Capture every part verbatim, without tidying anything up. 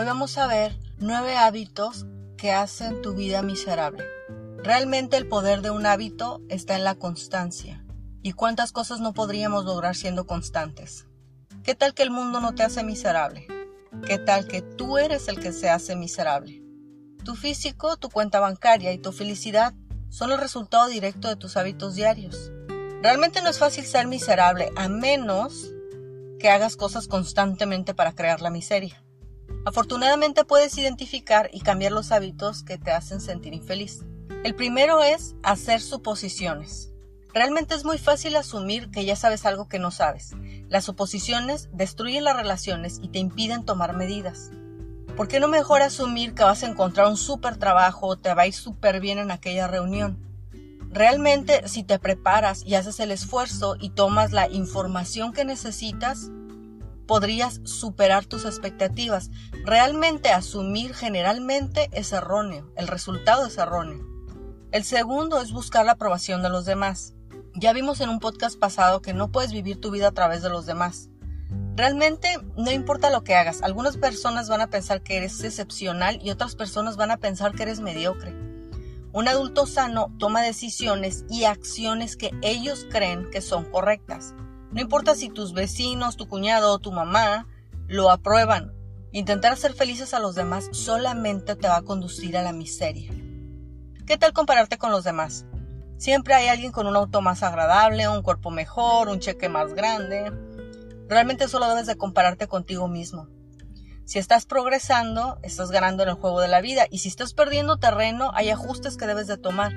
vamos a ver nueve hábitos que hacen tu vida miserable. Realmente el poder de un hábito está en la constancia. ¿Y cuántas cosas no podríamos lograr siendo constantes? ¿Qué tal que el mundo no te hace miserable? ¿Qué tal que tú eres el que se hace miserable? Tu físico, tu cuenta bancaria y tu felicidad son el resultado directo de tus hábitos diarios. Realmente no es fácil ser miserable a menos que hagas cosas constantemente para crear la miseria. Afortunadamente puedes identificar y cambiar los hábitos que te hacen sentir infeliz. El primero es hacer suposiciones. Realmente es muy fácil asumir que ya sabes algo que no sabes. Las suposiciones destruyen las relaciones y te impiden tomar medidas. ¿Por qué no mejor asumir que vas a encontrar un súper trabajo o te va a ir súper bien en aquella reunión? Realmente, si te preparas y haces el esfuerzo y tomas la información que necesitas, podrías superar tus expectativas. Realmente asumir generalmente es erróneo, el resultado es erróneo. El segundo es buscar la aprobación de los demás. Ya vimos en un podcast pasado que no puedes vivir tu vida a través de los demás. Realmente no importa lo que hagas, algunas personas van a pensar que eres excepcional y otras personas van a pensar que eres mediocre. Un adulto sano toma decisiones y acciones que ellos creen que son correctas. No importa si tus vecinos, tu cuñado o tu mamá lo aprueban. Intentar hacer felices a los demás solamente te va a conducir a la miseria. ¿Qué tal compararte con los demás? Siempre hay alguien con un auto más agradable, un cuerpo mejor, un cheque más grande. Realmente solo debes de compararte contigo mismo. Si estás progresando, estás ganando en el juego de la vida. Y si estás perdiendo terreno, hay ajustes que debes de tomar.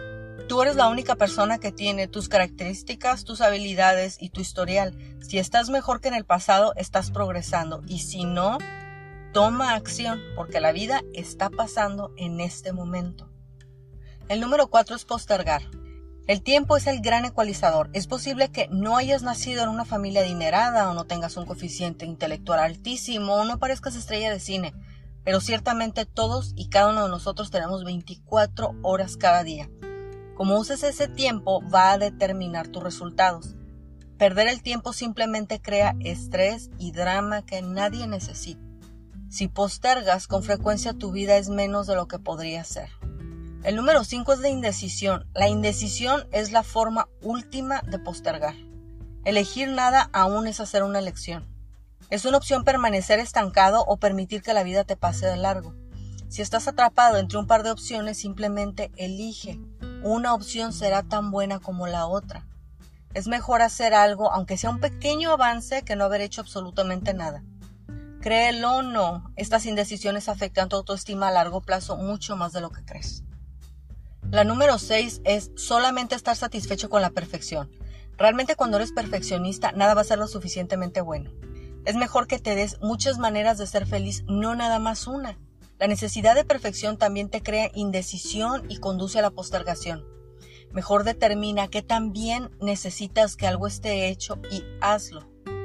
Tú eres la única persona que tiene tus características, tus habilidades y tu historial. Si estás mejor que en el pasado, estás progresando. Y si no, toma acción, porque la vida está pasando en este momento. El número cuatro es postergar. El tiempo es el gran ecualizador. Es posible que no hayas nacido en una familia adinerada o no tengas un coeficiente intelectual altísimo o no parezcas estrella de cine, pero ciertamente todos y cada uno de nosotros tenemos veinticuatro horas cada día. Como uses ese tiempo va a determinar tus resultados. Perder el tiempo simplemente crea estrés y drama que nadie necesita. Si postergas, con frecuencia tu vida es menos de lo que podría ser. El número cinco es la indecisión. La indecisión es la forma última de postergar. Elegir nada aún es hacer una elección. Es una opción permanecer estancado o permitir que la vida te pase de largo. Si estás atrapado entre un par de opciones, simplemente elige. Una opción será tan buena como la otra. Es mejor hacer algo, aunque sea un pequeño avance, que no haber hecho absolutamente nada. Créelo o no, estas indecisiones afectan tu autoestima a largo plazo mucho más de lo que crees. La número seis es solamente estar satisfecho con la perfección. Realmente cuando eres perfeccionista, nada va a ser lo suficientemente bueno. Es mejor que te des muchas maneras de ser feliz, no nada más una. La necesidad de perfección también te crea indecisión y conduce a la postergación. Mejor determina qué tan bien necesitas que algo esté hecho y hazlo.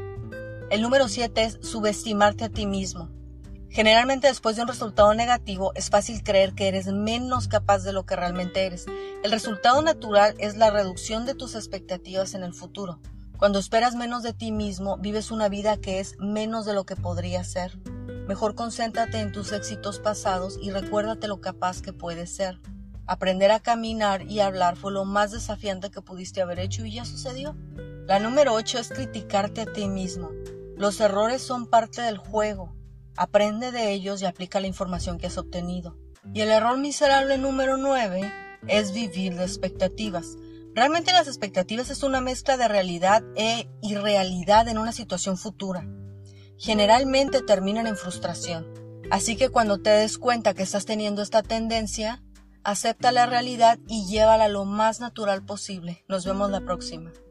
El número siete es subestimarte a ti mismo. Generalmente después de un resultado negativo es fácil creer que eres menos capaz de lo que realmente eres. El resultado natural es la reducción de tus expectativas en el futuro. Cuando esperas menos de ti mismo, vives una vida que es menos de lo que podría ser. Mejor concéntrate en tus éxitos pasados y recuérdate lo capaz que puedes ser. Aprender a caminar y hablar fue lo más desafiante que pudiste haber hecho y ya sucedió. La número ocho es criticarte a ti mismo. Los errores son parte del juego. Aprende de ellos y aplica la información que has obtenido. Y el error miserable número nueve es vivir de expectativas. Realmente las expectativas es una mezcla de realidad e irrealidad en una situación futura. Generalmente terminan en frustración. Así que cuando te des cuenta que estás teniendo esta tendencia, acepta la realidad y llévala lo más natural posible. Nos vemos la próxima.